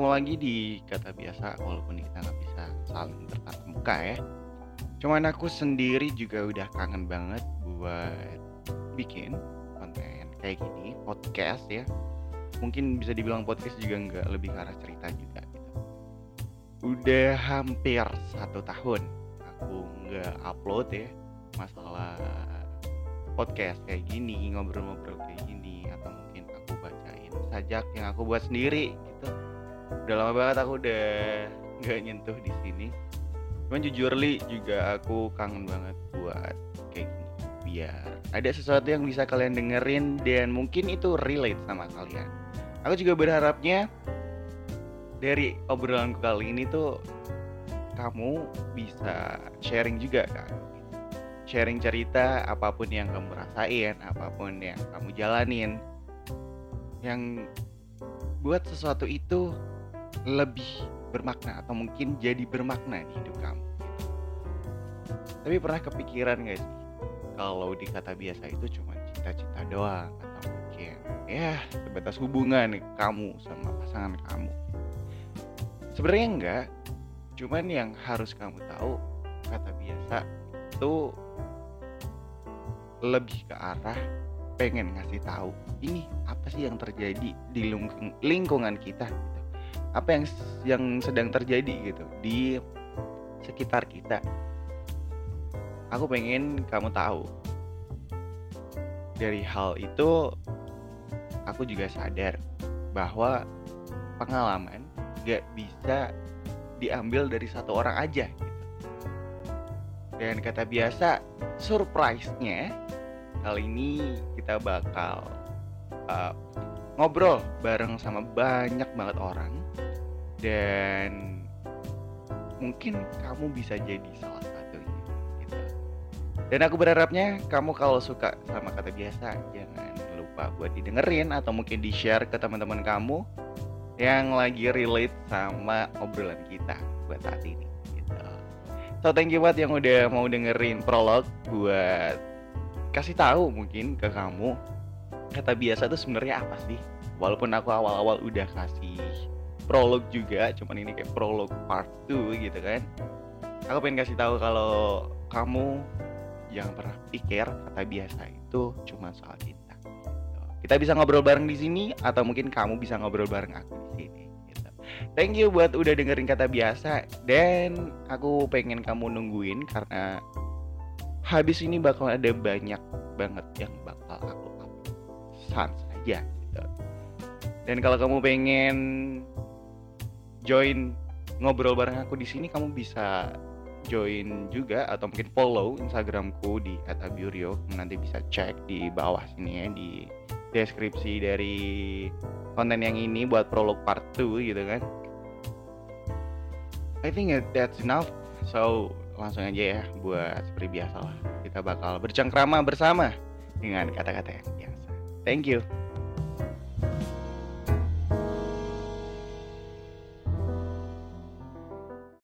lagi di Kata Biasa, walaupun kita nggak bisa saling bertatap muka ya. Cuman aku sendiri juga udah kangen banget buat bikin konten kayak gini, podcast ya. Mungkin bisa dibilang podcast juga nggak, lebih ke arah cerita juga gitu. Udah hampir 1 tahun aku nggak upload ya, masalah podcast kayak gini, ngobrol-ngobrol kayak gini, atau mungkin aku bacain sajak yang aku buat sendiri gitu. Udah lama banget aku udah nggak nyentuh di sini. Cuman jujur juga aku kangen banget buat kayak gini, biar ada sesuatu yang bisa kalian dengerin dan mungkin itu relate sama kalian. Aku juga berharapnya dari obrolanku kali ini tuh kamu bisa sharing juga kan. Sharing cerita apapun yang kamu rasain, apapun yang kamu jalanin, yang buat sesuatu itu lebih bermakna atau mungkin jadi bermakna di hidup kamu gitu. Tapi pernah kepikiran gak sih kalau di Kata Biasa itu cuma cita-cita doang, atau mungkin ya sebatas hubungan kamu sama pasangan kamu? Sebenarnya enggak, cuman yang harus kamu tahu, Kata Biasa itu lebih ke arah pengen ngasih tahu ini apa sih yang terjadi di lingkungan kita gitu. Apa yang sedang terjadi gitu di sekitar kita. Aku pengen kamu tahu. Dari hal itu aku juga sadar bahwa pengalaman gak bisa diambil dari satu orang aja gitu. Dan Kata Biasa surprise-nya kali ini kita bakal ngobrol bareng sama banyak banget orang. Dan mungkin kamu bisa jadi salah satunya gitu. Dan aku berharapnya kamu kalau suka sama Kata Biasa, jangan lupa buat didengerin atau mungkin di-share ke teman-teman kamu yang lagi relate sama obrolan kita buat saat ini gitu. So thank you buat yang udah mau dengerin prolog, buat kasih tahu mungkin ke kamu Kata Biasa itu sebenarnya apa sih. Walaupun aku awal-awal udah kasih prolog juga, cuman ini kayak prolog part 2 gitu kan. Aku pengen kasih tahu kalau kamu jangan pernah pikir Kata Biasa itu cuma soal cinta gitu. Kita bisa ngobrol bareng di sini, atau mungkin kamu bisa ngobrol bareng aku di sini gitu. Thank you buat udah dengerin Kata Biasa, dan aku pengen kamu nungguin karena habis ini bakal ada banyak banget yang bakal aku upload. Sans aja gitu. Dan kalau kamu pengen join ngobrol bareng aku di sini, kamu bisa join juga atau mungkin follow Instagramku di @abiurio. Nanti bisa cek di bawah sini ya, di deskripsi dari konten yang ini buat prolog part 2 gitu kan. I think that's enough. So langsung aja ya, buat seperti biasa lah, kita bakal bercengkrama bersama dengan kata-kata yang biasa. Thank you.